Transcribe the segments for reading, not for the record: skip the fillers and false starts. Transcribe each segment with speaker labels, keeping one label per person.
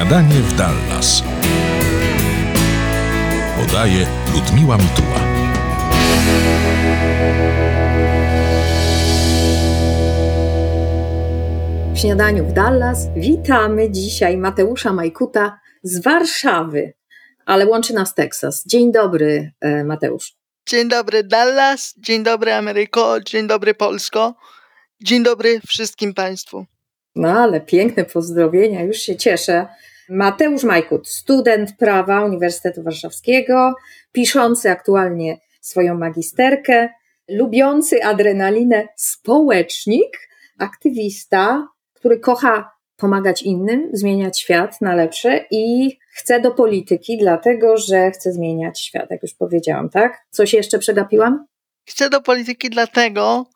Speaker 1: Śniadanie w Dallas. Podaje Ludmiła Mituła.
Speaker 2: W Śniadaniu w Dallas witamy dzisiaj Mateusza Majkuta z Warszawy, ale łączy nas Teksas. Dzień dobry, Mateusz.
Speaker 3: Dzień dobry Dallas, dzień dobry Ameryko, dzień dobry Polsko, dzień dobry wszystkim Państwu.
Speaker 2: No ale piękne pozdrowienia, już się cieszę. Mateusz Majkut, student prawa Uniwersytetu Warszawskiego, piszący aktualnie swoją magisterkę, lubiący adrenalinę społecznik, aktywista, który kocha pomagać innym, zmieniać świat na lepsze i chce do polityki, dlatego że chce zmieniać świat, jak już powiedziałam, tak? Coś jeszcze przegapiłam?
Speaker 3: Chcę do polityki dlatego,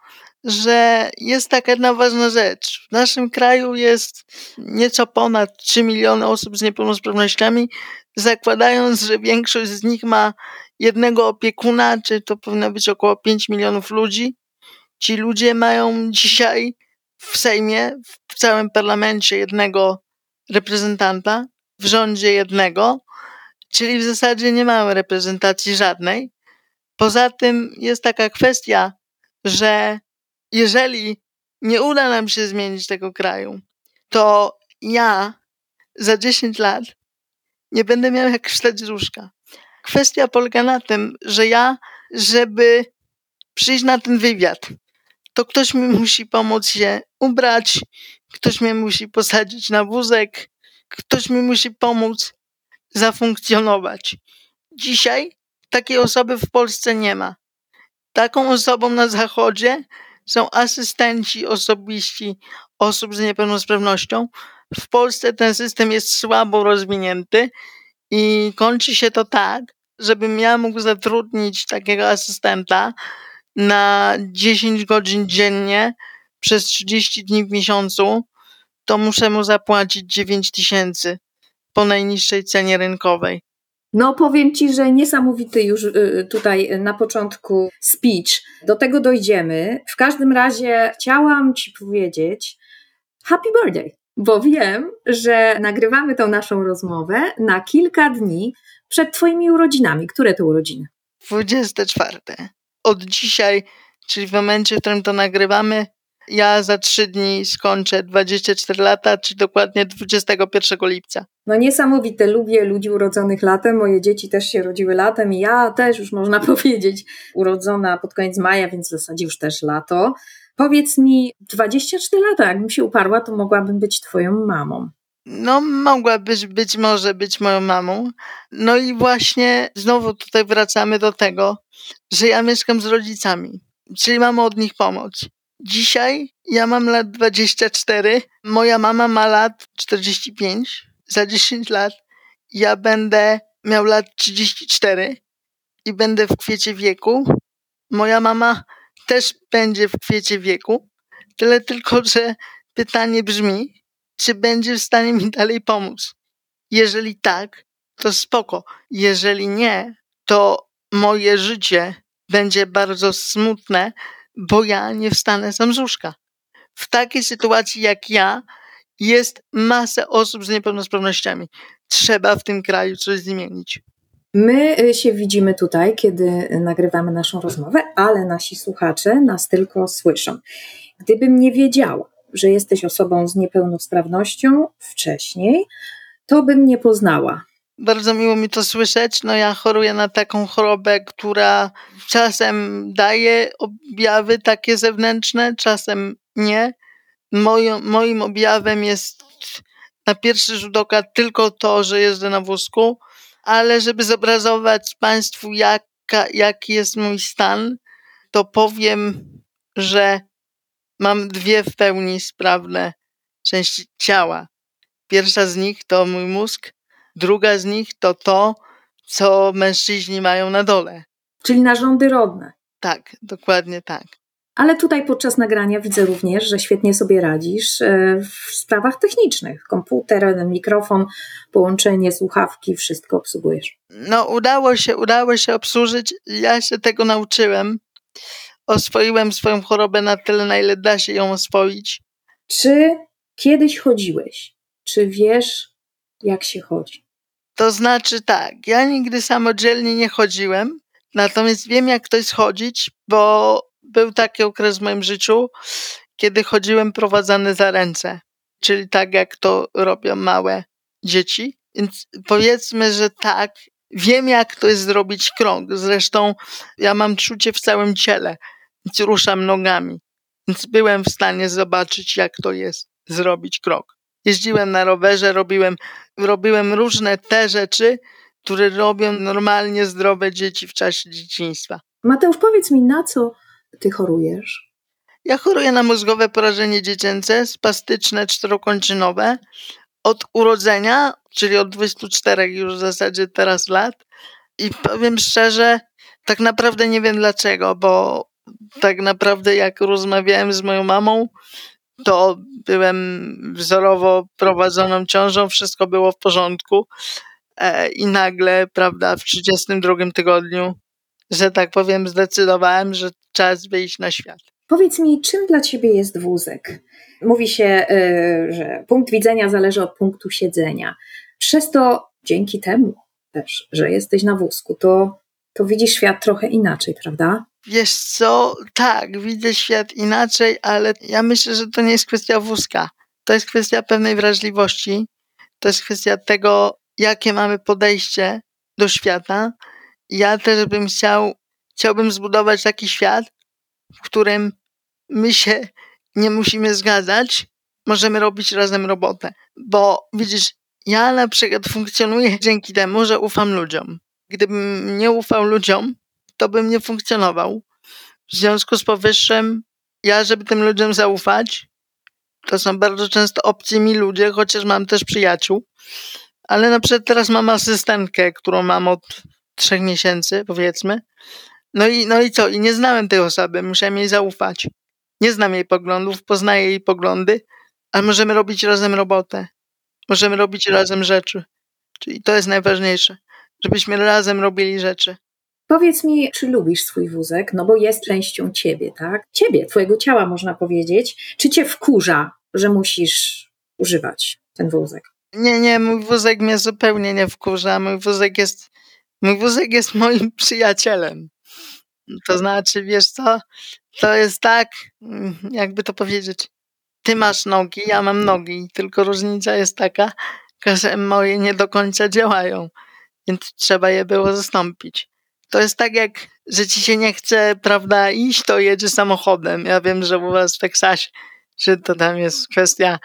Speaker 3: że jest taka jedna ważna rzecz. W naszym kraju jest nieco ponad 3 miliony osób z niepełnosprawnościami, zakładając, że większość z nich ma jednego opiekuna, czy to powinno być około 5 milionów ludzi. Ci ludzie mają dzisiaj w Sejmie, w całym parlamencie jednego reprezentanta, w rządzie jednego, czyli w zasadzie nie mają reprezentacji żadnej. Poza tym jest taka kwestia, że jeżeli nie uda nam się zmienić tego kraju, to ja za 10 lat nie będę miał jak wstać z łóżka. Kwestia polega na tym, że ja, żeby przyjść na ten wywiad, to ktoś mi musi pomóc się ubrać, ktoś mnie musi posadzić na wózek, ktoś mi musi pomóc zafunkcjonować. Dzisiaj takiej osoby w Polsce nie ma. Taką osobą na Zachodzie są asystenci osobiści osób z niepełnosprawnością. W Polsce ten system jest słabo rozwinięty i kończy się to tak, żebym ja mógł zatrudnić takiego asystenta na 10 godzin dziennie przez 30 dni w miesiącu, to muszę mu zapłacić 9 000 po najniższej cenie rynkowej.
Speaker 2: No powiem Ci, że niesamowity już tutaj na początku speech. Do tego dojdziemy. W każdym razie chciałam Ci powiedzieć happy birthday, bo wiem, że nagrywamy tą naszą rozmowę na kilka dni przed Twoimi urodzinami. Które to urodziny?
Speaker 3: 24. Od dzisiaj, czyli w momencie, w którym to nagrywamy, ja za 3 dni skończę 24 lata, czyli dokładnie 21 lipca.
Speaker 2: No niesamowite, lubię ludzi urodzonych latem, moje dzieci też się rodziły latem i ja też już można powiedzieć urodzona pod koniec maja, więc w zasadzie już też lato. Powiedz mi, 24 lata, jakbym się uparła, to mogłabym być Twoją mamą.
Speaker 3: No mogłabyś może być moją mamą. No i właśnie znowu tutaj wracamy do tego, że ja mieszkam z rodzicami, czyli mam od nich pomoc. Dzisiaj ja mam lat 24, moja mama ma lat 45. Za 10 lat ja będę miał lat 34 i będę w kwiecie wieku. Moja mama też będzie w kwiecie wieku. Tyle tylko, że pytanie brzmi, czy będzie w stanie mi dalej pomóc. Jeżeli tak, to spoko. Jeżeli nie, to moje życie będzie bardzo smutne, bo ja nie wstanę sam z łóżka. W takiej sytuacji jak ja jest masa osób z niepełnosprawnościami. Trzeba w tym kraju coś zmienić.
Speaker 2: My się widzimy tutaj, kiedy nagrywamy naszą rozmowę, ale nasi słuchacze nas tylko słyszą. Gdybym nie wiedziała, że jesteś osobą z niepełnosprawnością wcześniej, to bym nie poznała.
Speaker 3: Bardzo miło mi to słyszeć. No ja choruję na taką chorobę, która czasem daje objawy takie zewnętrzne, czasem nie. Moim objawem jest na pierwszy rzut oka tylko to, że jeżdżę na wózku, ale żeby zobrazować Państwu, jaki jest mój stan, to powiem, że mam 2 w pełni sprawne części ciała. Pierwsza z nich to mój mózg, druga z nich to, co mężczyźni mają na dole.
Speaker 2: Czyli narządy rodne.
Speaker 3: Tak, dokładnie tak.
Speaker 2: Ale tutaj podczas nagrania widzę również, że świetnie sobie radzisz w sprawach technicznych. Komputer, mikrofon, połączenie, słuchawki, wszystko obsługujesz.
Speaker 3: No udało się obsłużyć. Ja się tego nauczyłem. Oswoiłem swoją chorobę na tyle, na ile da się ją oswoić.
Speaker 2: Czy kiedyś chodziłeś? Czy wiesz, jak się chodzi?
Speaker 3: To znaczy tak, ja nigdy samodzielnie nie chodziłem, natomiast wiem, jak to jest chodzić, bo był taki okres w moim życiu, kiedy chodziłem prowadzony za ręce, czyli tak, jak to robią małe dzieci. Więc powiedzmy, że tak, wiem, jak to jest zrobić krąg. Zresztą ja mam czucie w całym ciele, więc ruszam nogami. Więc byłem w stanie zobaczyć, jak to jest zrobić krok. Jeździłem na rowerze, robiłem różne te rzeczy, które robią normalnie zdrowe dzieci w czasie dzieciństwa.
Speaker 2: Mateusz, powiedz mi, na co ty chorujesz?
Speaker 3: Ja choruję na mózgowe porażenie dziecięce, spastyczne czterokończynowe, od urodzenia, czyli od 24 już w zasadzie teraz lat. I powiem szczerze, tak naprawdę nie wiem dlaczego, bo tak naprawdę jak rozmawiałem z moją mamą, to byłem wzorowo prowadzoną ciążą, wszystko było w porządku. I nagle, prawda, w 32 tygodniu, że tak powiem, zdecydowałem, że czas wyjść na świat.
Speaker 2: Powiedz mi, czym dla ciebie jest wózek? Mówi się, że punkt widzenia zależy od punktu siedzenia. Przez to, dzięki temu też, że jesteś na wózku, to widzisz świat trochę inaczej, prawda?
Speaker 3: Wiesz co, tak, widzę świat inaczej, ale ja myślę, że to nie jest kwestia wózka. To jest kwestia pewnej wrażliwości. To jest kwestia tego, jakie mamy podejście do świata. Ja też chciałbym zbudować taki świat, w którym my się nie musimy zgadzać, możemy robić razem robotę. Bo widzisz, ja na przykład funkcjonuję dzięki temu, że ufam ludziom. Gdybym nie ufał ludziom, to bym nie funkcjonował. W związku z powyższym, żeby tym ludziom zaufać, to są bardzo często obcy mi ludzie, chociaż mam też przyjaciół. Ale na przykład teraz mam asystentkę, którą mam od 3 miesięcy, powiedzmy. No i co? I nie znałem tej osoby, musiałem jej zaufać. Nie znam jej poglądów, poznaję jej poglądy, ale możemy robić razem robotę. Możemy robić razem rzeczy. Czyli to jest najważniejsze, żebyśmy razem robili rzeczy.
Speaker 2: Powiedz mi, czy lubisz swój wózek? No bo jest częścią ciebie, tak? Ciebie, twojego ciała można powiedzieć. Czy cię wkurza, że musisz używać ten wózek?
Speaker 3: Nie, mój wózek mnie zupełnie nie wkurza. Mój wózek jest moim przyjacielem. To znaczy, wiesz co, to jest tak, jakby to powiedzieć, ty masz nogi, ja mam nogi, tylko różnica jest taka, że moje nie do końca działają, więc trzeba je było zastąpić. To jest tak jak, że ci się nie chce, prawda, iść, to jedzie samochodem. Ja wiem, że u was w Teksasie, że to tam jest kwestia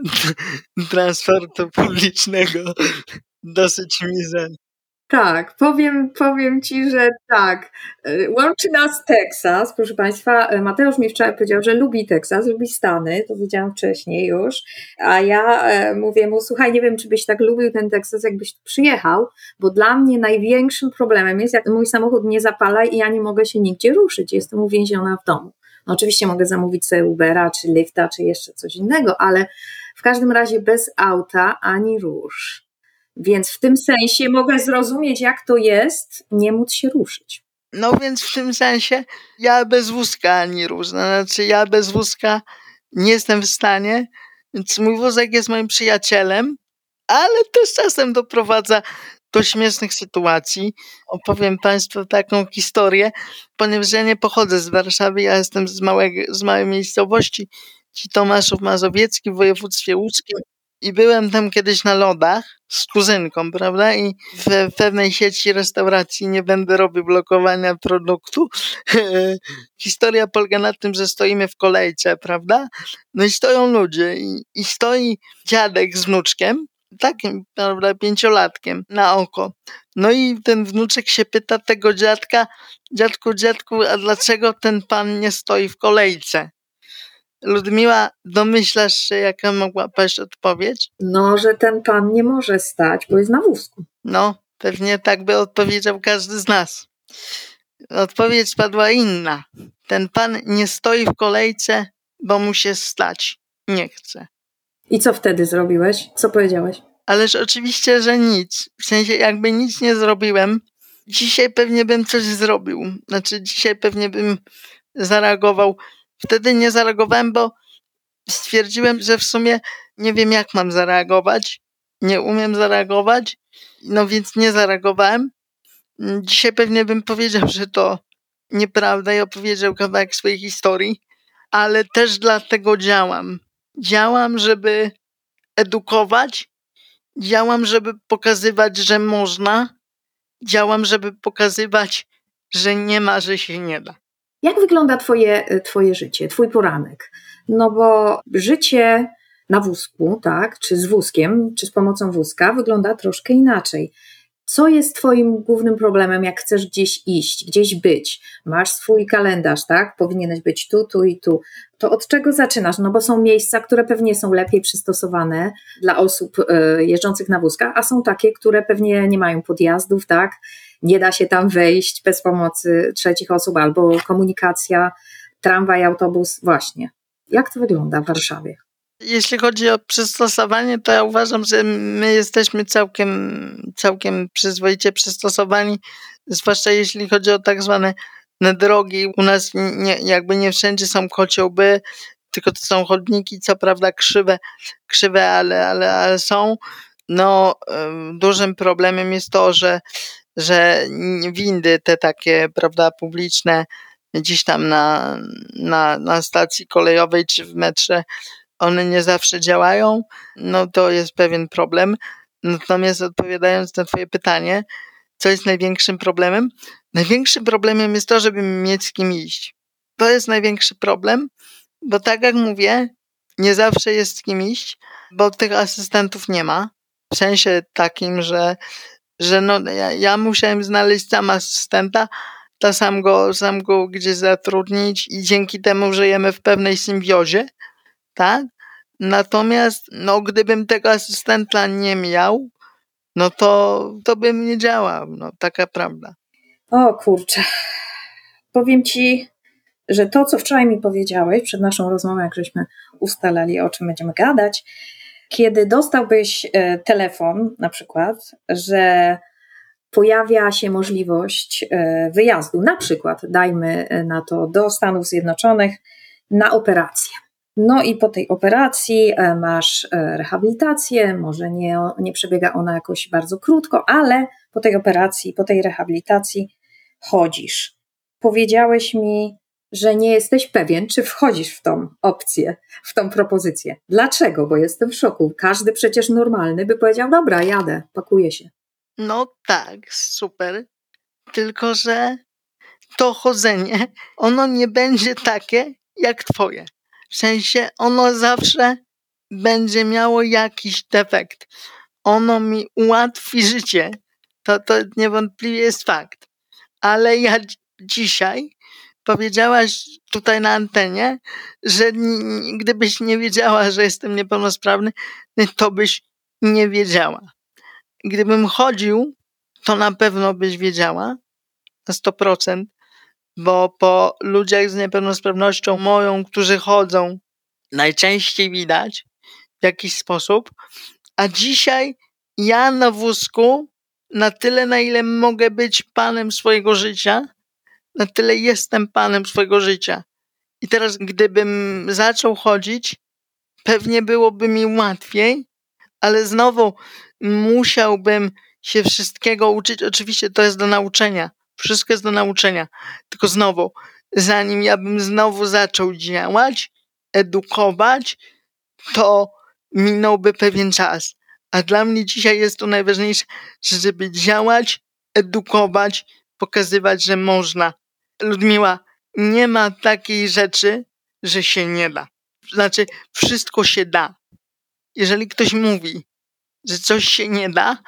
Speaker 3: transportu publicznego dosyć mizerna.
Speaker 2: Tak, powiem ci, że tak. Łączy nas Teksas, proszę Państwa. Mateusz mi wczoraj powiedział, że lubi Teksas, lubi Stany, to wiedziałam wcześniej już, a ja mówię mu, słuchaj, nie wiem, czy byś tak lubił ten Teksas, jakbyś tu przyjechał, bo dla mnie największym problemem jest, jak mój samochód nie zapala i ja nie mogę się nigdzie ruszyć, jestem uwięziona w domu. No oczywiście mogę zamówić sobie Ubera, czy Lyfta, czy jeszcze coś innego, ale w każdym razie bez auta ani rusz. Więc w tym sensie mogę zrozumieć, jak to jest nie móc się ruszyć.
Speaker 3: No więc w tym sensie ja bez wózka ani rusz. Znaczy ja bez wózka nie jestem w stanie, więc mój wózek jest moim przyjacielem, ale też czasem doprowadza do śmiesznych sytuacji. Opowiem Państwu taką historię, ponieważ ja nie pochodzę z Warszawy, ja jestem z małej miejscowości, Tomaszów Mazowiecki w województwie łódzkim. I byłem tam kiedyś na lodach z kuzynką, prawda? I w pewnej sieci restauracji, nie będę robił blokowania produktu, historia polega na tym, że stoimy w kolejce, prawda? No i stoją ludzie i stoi dziadek z wnuczkiem, takim, prawda, 5-latkiem na oko. No i ten wnuczek się pyta tego dziadka, dziadku, a dlaczego ten pan nie stoi w kolejce? Ludmiła, domyślasz się, jaka mogła paść odpowiedź?
Speaker 2: No, że ten pan nie może stać, bo jest na wózku.
Speaker 3: No, pewnie tak by odpowiedział każdy z nas. Odpowiedź padła inna. Ten pan nie stoi w kolejce, bo mu się stać nie chce.
Speaker 2: I co wtedy zrobiłeś? Co powiedziałeś?
Speaker 3: Ależ oczywiście, że nic. W sensie jakby nic nie zrobiłem. Dzisiaj pewnie bym coś zrobił. Znaczy dzisiaj pewnie bym zareagował. Wtedy nie zareagowałem, bo stwierdziłem, że w sumie nie wiem, jak mam zareagować, nie umiem zareagować, no więc nie zareagowałem. Dzisiaj pewnie bym powiedział, że to nieprawda i opowiedział kawałek swojej historii, ale też dlatego działam. Działam, żeby edukować, działam, żeby pokazywać, że można, działam, żeby pokazywać, że nie ma, że się nie da.
Speaker 2: Jak wygląda twoje życie, twój poranek? No bo życie na wózku, tak, czy z wózkiem, czy z pomocą wózka wygląda troszkę inaczej. Co jest twoim głównym problemem, jak chcesz gdzieś iść, gdzieś być? Masz swój kalendarz, tak? Powinieneś być tu, tu i tu. To od czego zaczynasz? No bo są miejsca, które pewnie są lepiej przystosowane dla osób jeżdżących na wózkach, a są takie, które pewnie nie mają podjazdów, tak? Nie da się tam wejść bez pomocy trzecich osób albo komunikacja, tramwaj, autobus. Właśnie. Jak to wygląda w Warszawie?
Speaker 3: Jeśli chodzi o przystosowanie, to ja uważam, że my jesteśmy całkiem przyzwoicie przystosowani, zwłaszcza jeśli chodzi o tak zwane drogi. U nas nie wszędzie są kociołby, tylko to są chodniki, co prawda krzywe, ale są. No, dużym problemem jest to, że windy te takie, prawda, publiczne gdzieś tam na stacji kolejowej czy w metrze, one nie zawsze działają, no to jest pewien problem. Natomiast odpowiadając na twoje pytanie, co jest największym problemem? Największym problemem jest to, żeby mieć z kim iść. To jest największy problem, bo tak jak mówię, nie zawsze jest z kim iść, bo tych asystentów nie ma. W sensie takim, że no, ja musiałem znaleźć sam asystenta, to sam go gdzieś zatrudnić i dzięki temu żyjemy w pewnej symbiozie, tak? Natomiast no, gdybym tego asystenta nie miał, no to bym nie działał, no taka prawda.
Speaker 2: O kurczę, powiem ci, że to, co wczoraj mi powiedziałeś przed naszą rozmową, jak żeśmy ustalali, o czym będziemy gadać, kiedy dostałbyś telefon na przykład, że pojawia się możliwość wyjazdu, na przykład, dajmy na to, do Stanów Zjednoczonych na operację. No i po tej operacji masz rehabilitację, może nie przebiega ona jakoś bardzo krótko, ale po tej operacji, po tej rehabilitacji chodzisz. Powiedziałeś mi, że nie jesteś pewien, czy wchodzisz w tą opcję, w tą propozycję. Dlaczego? Bo jestem w szoku. Każdy przecież normalny by powiedział, dobra, jadę, pakuję się.
Speaker 3: No tak, super, tylko że to chodzenie, ono nie będzie takie jak twoje. W sensie ono zawsze będzie miało jakiś defekt. Ono mi ułatwi życie. To niewątpliwie jest fakt. Ale ja dzisiaj powiedziałaś tutaj na antenie, że gdybyś nie wiedziała, że jestem niepełnosprawny, to byś nie wiedziała. Gdybym chodził, to na pewno byś wiedziała na 100%, bo po ludziach z niepełnosprawnością moją, którzy chodzą, najczęściej widać w jakiś sposób, a dzisiaj ja na wózku na tyle, na ile mogę być panem swojego życia, na tyle jestem panem swojego życia. I teraz gdybym zaczął chodzić, pewnie byłoby mi łatwiej, ale znowu musiałbym się wszystkiego uczyć. Oczywiście to jest do nauczenia. Wszystko jest do nauczenia. Tylko znowu, zanim ja bym znowu zaczął działać, edukować, to minąłby pewien czas. A dla mnie dzisiaj jest to najważniejsze, żeby działać, edukować, pokazywać, że można. Ludmiła, nie ma takiej rzeczy, że się nie da. Znaczy, wszystko się da. Jeżeli ktoś mówi, że coś się nie da,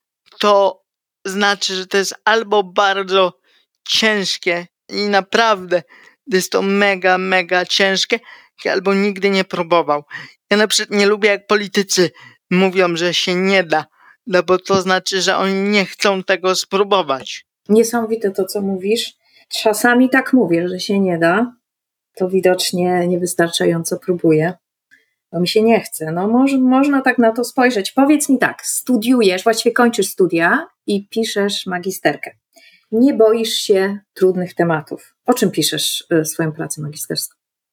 Speaker 3: to znaczy, że to jest albo bardzo ciężkie i naprawdę jest to mega, mega ciężkie, albo nigdy nie próbował. Ja na przykład nie lubię, jak politycy mówią, że się nie da, no bo to znaczy, że oni nie chcą tego spróbować.
Speaker 2: Niesamowite to, co mówisz. Czasami tak mówię, że się nie da, to widocznie niewystarczająco próbuję, bo mi się nie chce. No można tak na to spojrzeć. Powiedz mi tak, studiujesz, właściwie kończysz studia i piszesz magisterkę. Nie boisz się trudnych tematów. O czym piszesz swoją pracę magisterską?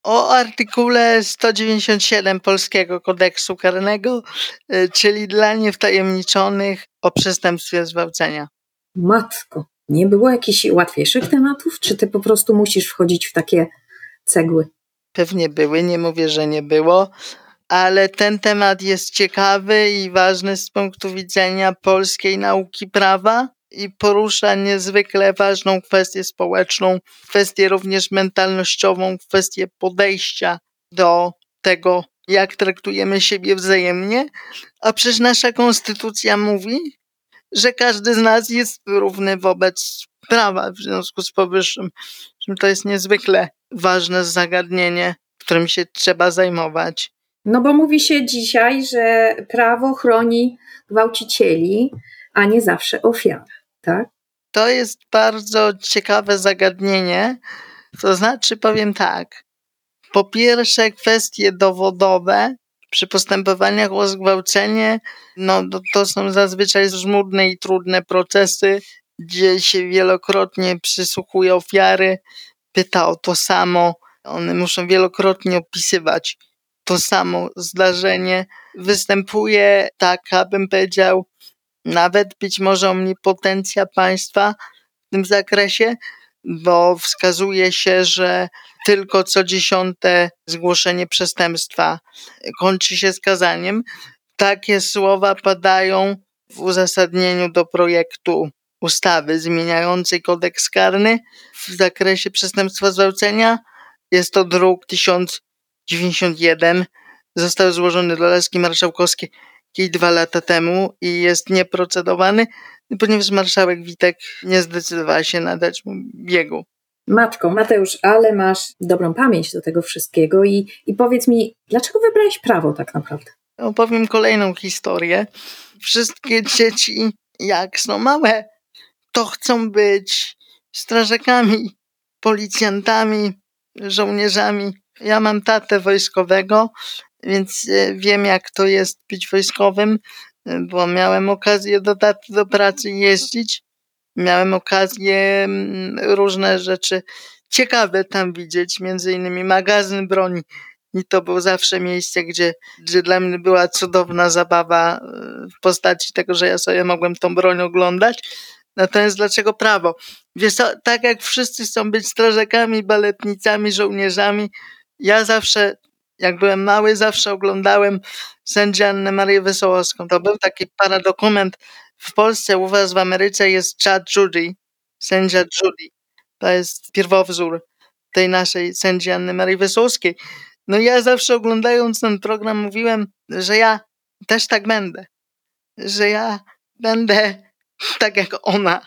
Speaker 3: O artykule 197 Polskiego Kodeksu Karnego, czyli dla niewtajemniczonych o przestępstwie zgwałcenia.
Speaker 2: Matko, nie było jakichś łatwiejszych tematów? Czy ty po prostu musisz wchodzić w takie cegły?
Speaker 3: Pewnie były, nie mówię, że nie było, ale ten temat jest ciekawy i ważny z punktu widzenia polskiej nauki prawa i porusza niezwykle ważną kwestię społeczną, kwestię również mentalnościową, kwestię podejścia do tego, jak traktujemy siebie wzajemnie, a przecież nasza konstytucja mówi, że każdy z nas jest równy wobec prawa. W związku z powyższym, że to jest niezwykle ważne zagadnienie, którym się trzeba zajmować.
Speaker 2: No bo mówi się dzisiaj, że prawo chroni gwałcicieli, a nie zawsze ofiarę, tak?
Speaker 3: To jest bardzo ciekawe zagadnienie. To znaczy, powiem tak. Po pierwsze, kwestie dowodowe przy postępowaniach o zgwałcenie, to są zazwyczaj żmudne i trudne procesy, gdzie się wielokrotnie przysłuchuje ofiary, pyta o to samo. One muszą wielokrotnie opisywać to samo zdarzenie. Występuje taka, bym powiedział, nawet być może omnipotencja państwa w tym zakresie, bo wskazuje się, że tylko co 10. zgłoszenie przestępstwa kończy się skazaniem. Takie słowa padają w uzasadnieniu do projektu ustawy zmieniającej kodeks karny w zakresie przestępstwa zgwałcenia. Jest to druk 1091. Został złożony do laski marszałkowskiej 2 lata temu i jest nieprocedowany, ponieważ marszałek Witek nie zdecydowała się nadać mu biegu.
Speaker 2: Matko, Mateusz, ale masz dobrą pamięć do tego wszystkiego i powiedz mi, dlaczego wybrałeś prawo tak naprawdę?
Speaker 3: Opowiem kolejną historię. Wszystkie dzieci, jak są małe, to chcą być strażakami, policjantami, żołnierzami. Ja mam tatę wojskowego, więc wiem, jak to jest być wojskowym, bo miałem okazję do taty do pracy jeździć. Miałem okazję różne rzeczy ciekawe tam widzieć, między innymi magazyn broni. I to było zawsze miejsce, gdzie dla mnie była cudowna zabawa w postaci tego, że ja sobie mogłem tą broń oglądać. Natomiast dlaczego prawo? Wiesz co, tak jak wszyscy chcą być strażakami, baletnicami, żołnierzami, ja zawsze, jak byłem mały, zawsze oglądałem sędzię Annę Marię Wesołowską. To był taki paradokument. W Polsce, u was w Ameryce jest Judge Judy, sędzia Judy. To jest pierwowzór tej naszej sędzi Anny Marii Wesołowskiej. No ja zawsze oglądając ten program mówiłem, że ja też tak będę. Że ja będę tak jak ona,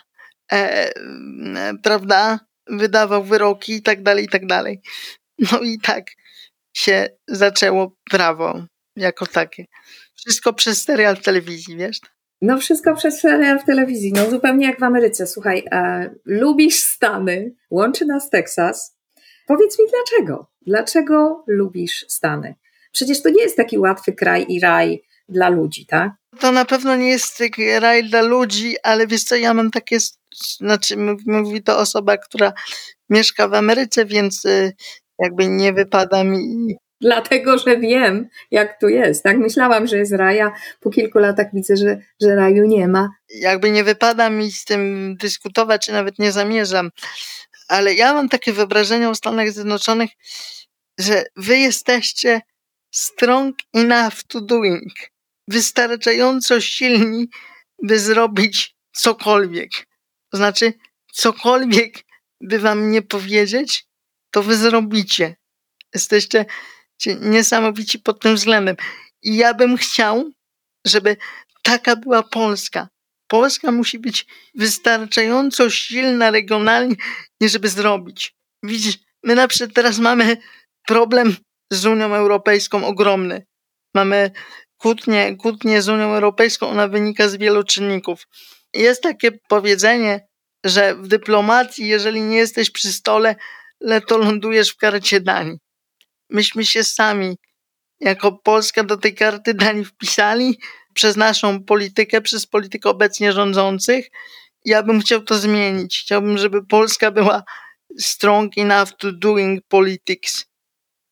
Speaker 3: prawda? Wydawał wyroki i tak dalej, i tak dalej. No i tak się zaczęło prawo jako takie. Wszystko przez serial w telewizji, wiesz?
Speaker 2: No wszystko przez serial w telewizji, no zupełnie jak w Ameryce. Słuchaj, lubisz Stany, łączy nas Teksas. Powiedz mi dlaczego? Dlaczego lubisz Stany? Przecież to nie jest taki łatwy kraj i raj dla ludzi, tak?
Speaker 3: To na pewno nie jest taki raj dla ludzi, ale wiesz co, ja mam takie, znaczy mówi to osoba, która mieszka w Ameryce, więc jakby nie wypada mi...
Speaker 2: Dlatego, że wiem, jak tu jest. Tak myślałam, że jest raj, a po kilku latach widzę, że raju nie ma.
Speaker 3: Jakby nie wypada mi z tym dyskutować, czy nawet nie zamierzam. Ale ja mam takie wyobrażenie o Stanach Zjednoczonych, że wy jesteście strong enough to doing. Wystarczająco silni, by zrobić cokolwiek. To znaczy, cokolwiek by wam nie powiedzieć, to wy zrobicie. Jesteście niesamowici pod tym względem. I ja bym chciał, żeby taka była Polska. Polska musi być wystarczająco silna regionalnie, żeby zrobić. Widzisz, my na przykład teraz mamy problem z Unią Europejską ogromny. Mamy kłótnię z Unią Europejską, ona wynika z wielu czynników. Jest takie powiedzenie, że w dyplomacji, jeżeli nie jesteś przy stole, to lądujesz w karcie dań. Myśmy się sami jako Polska do tej karty dań wpisali przez naszą politykę, przez politykę obecnie rządzących. Ja bym chciał to zmienić. Chciałbym, żeby Polska była strong enough to doing politics.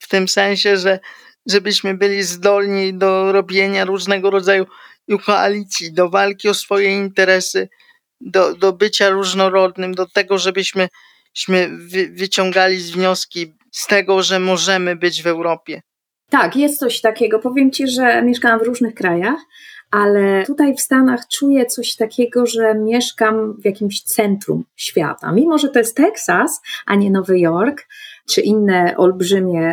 Speaker 3: tym sensie, żebyśmy byli zdolni do robienia różnego rodzaju koalicji, do walki o swoje interesy, do bycia różnorodnym, do tego, żebyśmy wyciągali wnioski z tego, że możemy być w Europie.
Speaker 2: Tak, jest coś takiego. Powiem Ci, że mieszkałam w różnych krajach, ale tutaj w Stanach czuję coś takiego, że mieszkam w jakimś centrum świata. Mimo że to jest Teksas, a nie Nowy Jork, czy inne olbrzymie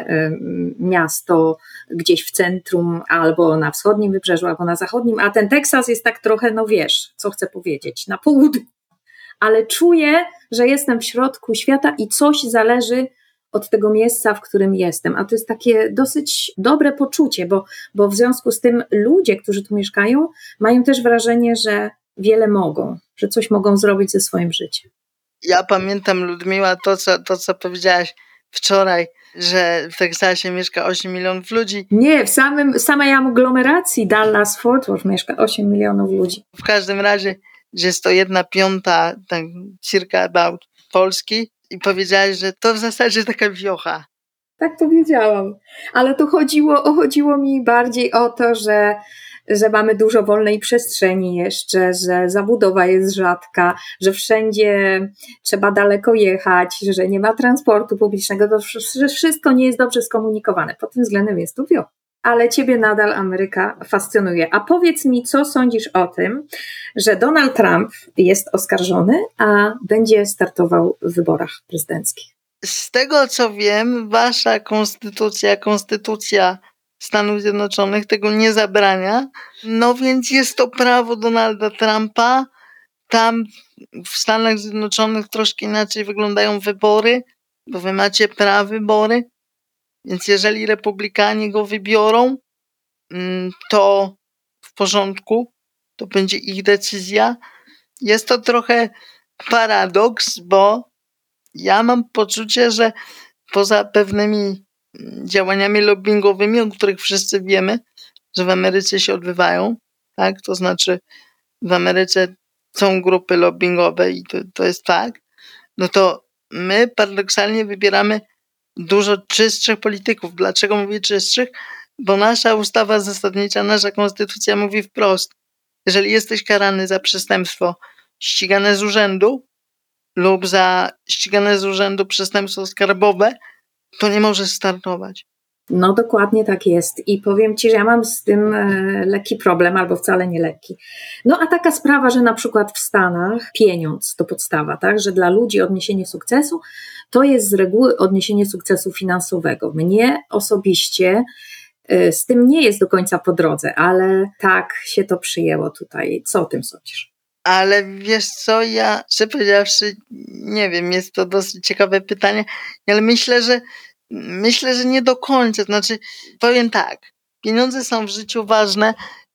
Speaker 2: miasto gdzieś w centrum, albo na wschodnim wybrzeżu, albo na zachodnim, a ten Teksas jest tak trochę, no wiesz, co chcę powiedzieć, na południu. Ale czuję, że jestem w środku świata i coś zależy od tego miejsca, w którym jestem. A to jest takie dosyć dobre poczucie, bo w związku z tym ludzie, którzy tu mieszkają, mają też wrażenie, że wiele mogą, że coś mogą zrobić ze swoim życiem.
Speaker 3: Ja pamiętam, Ludmiła, to co powiedziałaś wczoraj, że w Teksasie mieszka 8 milionów ludzi.
Speaker 2: Nie, w samej aglomeracji Dallas-Fort Worth mieszka 8 milionów ludzi.
Speaker 3: W każdym razie, że jest to 1/5, tak circa about Polski, i powiedziałaś, że to w zasadzie taka wiocha.
Speaker 2: Tak powiedziałam, ale tu chodziło mi bardziej o to, że mamy dużo wolnej przestrzeni jeszcze, że zabudowa jest rzadka, że wszędzie trzeba daleko jechać, że nie ma transportu publicznego, to wszystko nie jest dobrze skomunikowane. Pod tym względem jest tu wiocha. Ale Ciebie nadal Ameryka fascynuje. A powiedz mi, co sądzisz o tym, że Donald Trump jest oskarżony, a będzie startował w wyborach prezydenckich?
Speaker 3: Z tego, co wiem, wasza konstytucja Stanów Zjednoczonych tego nie zabrania. No więc jest to prawo Donalda Trumpa. Tam w Stanach Zjednoczonych troszkę inaczej wyglądają wybory, bo wy macie prawybory. Więc jeżeli republikanie go wybiorą, to w porządku, to będzie ich decyzja. Jest to trochę paradoks, bo ja mam poczucie, że poza pewnymi działaniami lobbyingowymi, o których wszyscy wiemy, że w Ameryce się odbywają, tak? To znaczy w Ameryce są grupy lobbyingowe i to jest tak, no to my paradoksalnie wybieramy dużo czystszych polityków. Dlaczego mówię czystszych? Bo nasza ustawa zasadnicza, nasza konstytucja mówi wprost, jeżeli jesteś karany za przestępstwo ścigane z urzędu lub za ścigane z urzędu przestępstwo skarbowe, to nie możesz startować.
Speaker 2: No dokładnie tak jest i powiem Ci, że ja mam z tym lekki problem, albo wcale nie lekki. No a taka sprawa, że na przykład w Stanach pieniądz to podstawa, tak, że dla ludzi odniesienie sukcesu to jest z reguły odniesienie sukcesu finansowego. Mnie osobiście z tym nie jest do końca po drodze, ale tak się to przyjęło tutaj. Co o tym sądzisz?
Speaker 3: Ale wiesz co, ja szczerze powiedziawszy, nie wiem, jest to dosyć ciekawe pytanie, ale myślę, że nie do końca. Znaczy, powiem tak, pieniądze są w życiu ważne,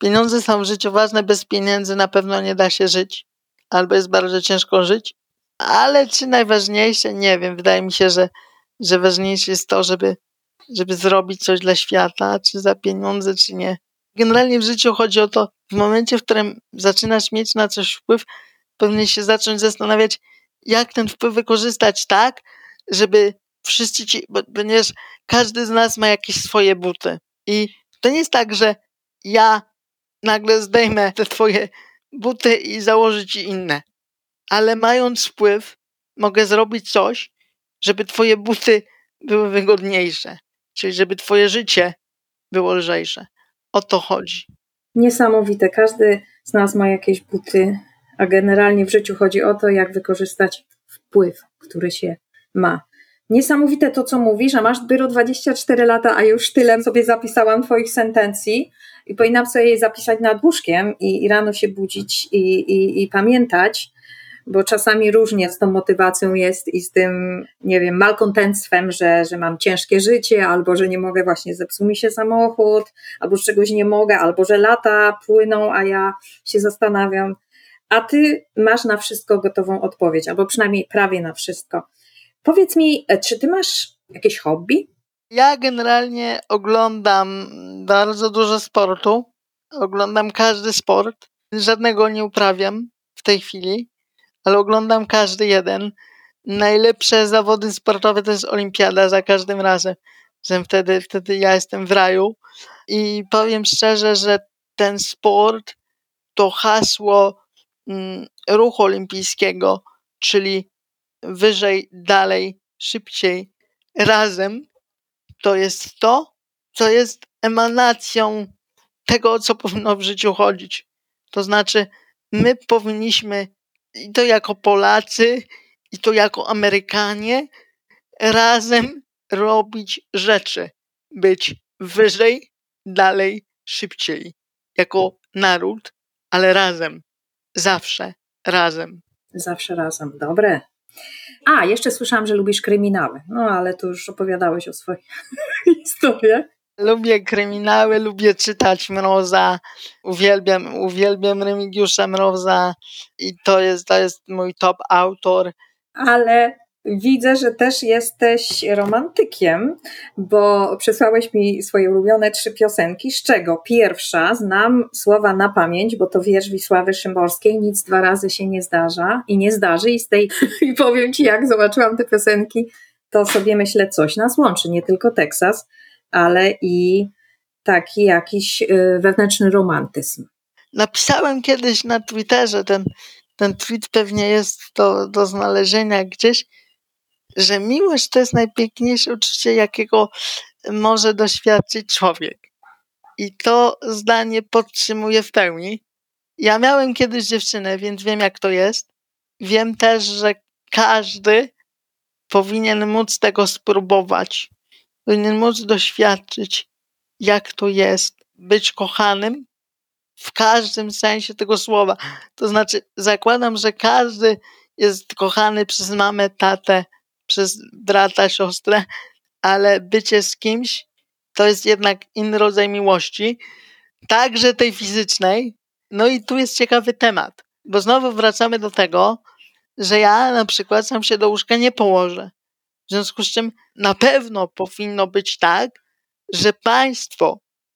Speaker 3: bez pieniędzy na pewno nie da się żyć, albo jest bardzo ciężko żyć, ale czy najważniejsze, nie wiem, wydaje mi się, że ważniejsze jest to, żeby zrobić coś dla świata, czy za pieniądze, czy nie. Generalnie w życiu chodzi o to, w momencie, w którym zaczynasz mieć na coś wpływ, powinien się zacząć zastanawiać, jak ten wpływ wykorzystać tak, żeby wszyscy ponieważ każdy z nas ma jakieś swoje buty. I to nie jest tak, że ja nagle zdejmę te twoje buty i założę ci inne. Ale mając wpływ, mogę zrobić coś, żeby twoje buty były wygodniejsze. Czyli żeby twoje życie było lżejsze. O to chodzi.
Speaker 2: Niesamowite. Każdy z nas ma jakieś buty, a generalnie w życiu chodzi o to, jak wykorzystać wpływ, który się ma. Niesamowite to, co mówisz, a masz dopiero 24 lata, a już tyle sobie zapisałam twoich sentencji i powinnam sobie je zapisać nad łóżkiem i rano się budzić i pamiętać, bo czasami różnie z tą motywacją jest i z tym, nie wiem, malkontentstwem, że mam ciężkie życie, albo że nie mogę, właśnie zepsuł mi się samochód, albo że czegoś nie mogę, albo że lata płyną, a ja się zastanawiam. A ty masz na wszystko gotową odpowiedź, albo przynajmniej prawie na wszystko. Powiedz mi, czy ty masz jakieś hobby?
Speaker 3: Ja generalnie oglądam bardzo dużo sportu. Oglądam każdy sport. Żadnego nie uprawiam w tej chwili, ale oglądam każdy jeden. Najlepsze zawody sportowe to jest olimpiada za każdym razem. że wtedy ja jestem w raju. I powiem szczerze, że ten sport to hasło ruchu olimpijskiego, czyli wyżej, dalej, szybciej, razem, to jest to, co jest emanacją tego, o co powinno w życiu chodzić. To znaczy, my powinniśmy, i to jako Polacy, i to jako Amerykanie, razem robić rzeczy. Być wyżej, dalej, szybciej. Jako naród, ale razem. Zawsze razem.
Speaker 2: Zawsze razem. Dobre. A, jeszcze słyszałam, że lubisz kryminały. No, ale tu już opowiadałeś o swoich historiach.
Speaker 3: Lubię kryminały, lubię czytać Mroza. Uwielbiam Remigiusza Mroza i to jest mój top autor.
Speaker 2: Ale widzę, że też jesteś romantykiem, bo przysłałeś mi swoje ulubione 3 piosenki, z czego pierwsza, znam słowa na pamięć, bo to wiersz Wisławy Szymborskiej, nic 2 razy się nie zdarza i nie zdarzy i powiem Ci, jak zobaczyłam te piosenki, to sobie myślę, coś nas łączy, nie tylko Teksas, ale i taki jakiś wewnętrzny romantyzm.
Speaker 3: Napisałem kiedyś na Twitterze, ten tweet pewnie jest do znalezienia gdzieś, że miłość to jest najpiękniejsze uczucie, jakiego może doświadczyć człowiek. I to zdanie podtrzymuję w pełni. Ja miałem kiedyś dziewczynę, więc wiem, jak to jest. Wiem też, że każdy powinien móc tego spróbować. Powinien móc doświadczyć, jak to jest być kochanym w każdym sensie tego słowa. To znaczy, zakładam, że każdy jest kochany przez mamę, tatę, przez brata, siostrę, ale bycie z kimś to jest jednak inny rodzaj miłości, także tej fizycznej. No i tu jest ciekawy temat, bo znowu wracamy do tego, że ja na przykład sam się do łóżka nie położę. W związku z czym na pewno powinno być tak, że państwo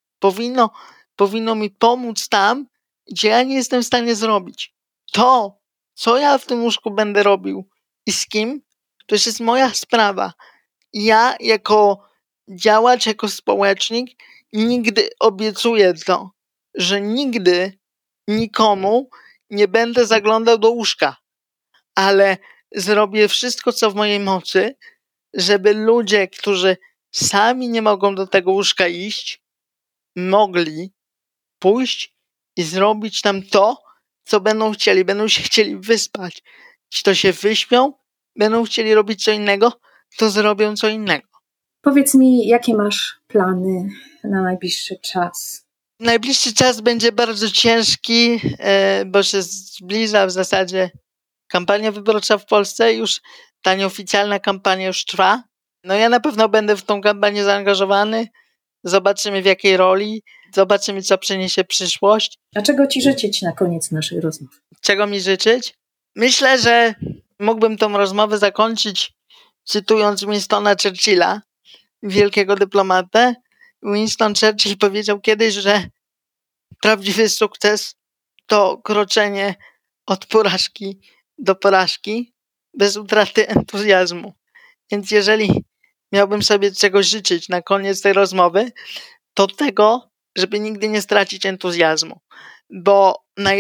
Speaker 3: powinno mi pomóc tam, gdzie ja nie jestem w stanie zrobić. To, co ja w tym łóżku będę robił i z kim, to już jest moja sprawa. Ja jako działacz, jako społecznik nigdy obiecuję to, że nigdy nikomu nie będę zaglądał do łóżka, ale zrobię wszystko, co w mojej mocy, żeby ludzie, którzy sami nie mogą do tego łóżka iść, mogli pójść i zrobić tam to, co będą chcieli. Będą się chcieli wyspać. Ci, to się wyśpią, będą chcieli robić co innego, to zrobią co innego.
Speaker 2: Powiedz mi, jakie masz plany na najbliższy czas?
Speaker 3: Najbliższy czas będzie bardzo ciężki, bo się zbliża w zasadzie kampania wyborcza w Polsce. Już ta nieoficjalna kampania już trwa. No ja na pewno będę w tą kampanię zaangażowany. Zobaczymy, w jakiej roli. Zobaczymy, co przyniesie przyszłość.
Speaker 2: A czego Ci życzyć na koniec naszej rozmowy?
Speaker 3: Czego mi życzyć? Myślę, że mógłbym tą rozmowę zakończyć cytując Winstona Churchilla, wielkiego dyplomatę. Winston Churchill powiedział kiedyś, że prawdziwy sukces to kroczenie od porażki do porażki bez utraty entuzjazmu. Więc jeżeli miałbym sobie czegoś życzyć na koniec tej rozmowy, to tego, żeby nigdy nie stracić entuzjazmu. Bo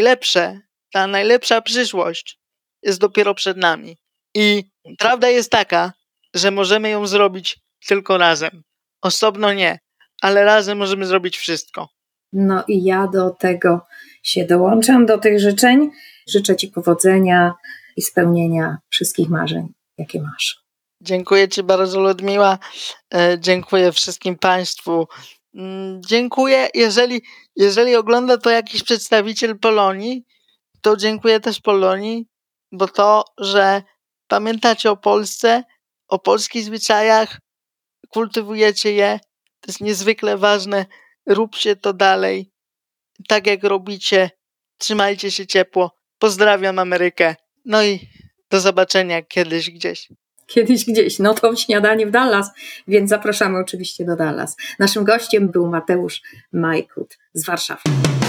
Speaker 3: ta najlepsza przyszłość jest dopiero przed nami. I prawda jest taka, że możemy ją zrobić tylko razem. Osobno nie, ale razem możemy zrobić wszystko.
Speaker 2: No i ja do tego się dołączam, do tych życzeń. Życzę Ci powodzenia i spełnienia wszystkich marzeń, jakie masz.
Speaker 3: Dziękuję Ci bardzo, Ludmiła. Dziękuję wszystkim Państwu. Dziękuję, jeżeli ogląda to jakiś przedstawiciel Polonii, to dziękuję też Polonii, bo to, że pamiętacie o Polsce, o polskich zwyczajach, kultywujecie je, to jest niezwykle ważne. Róbcie to dalej, tak jak robicie. Trzymajcie się ciepło. Pozdrawiam Amerykę. No i do zobaczenia kiedyś gdzieś.
Speaker 2: Kiedyś gdzieś, no to śniadanie w Dallas, więc zapraszamy oczywiście do Dallas. Naszym gościem był Mateusz Majkut z Warszawy.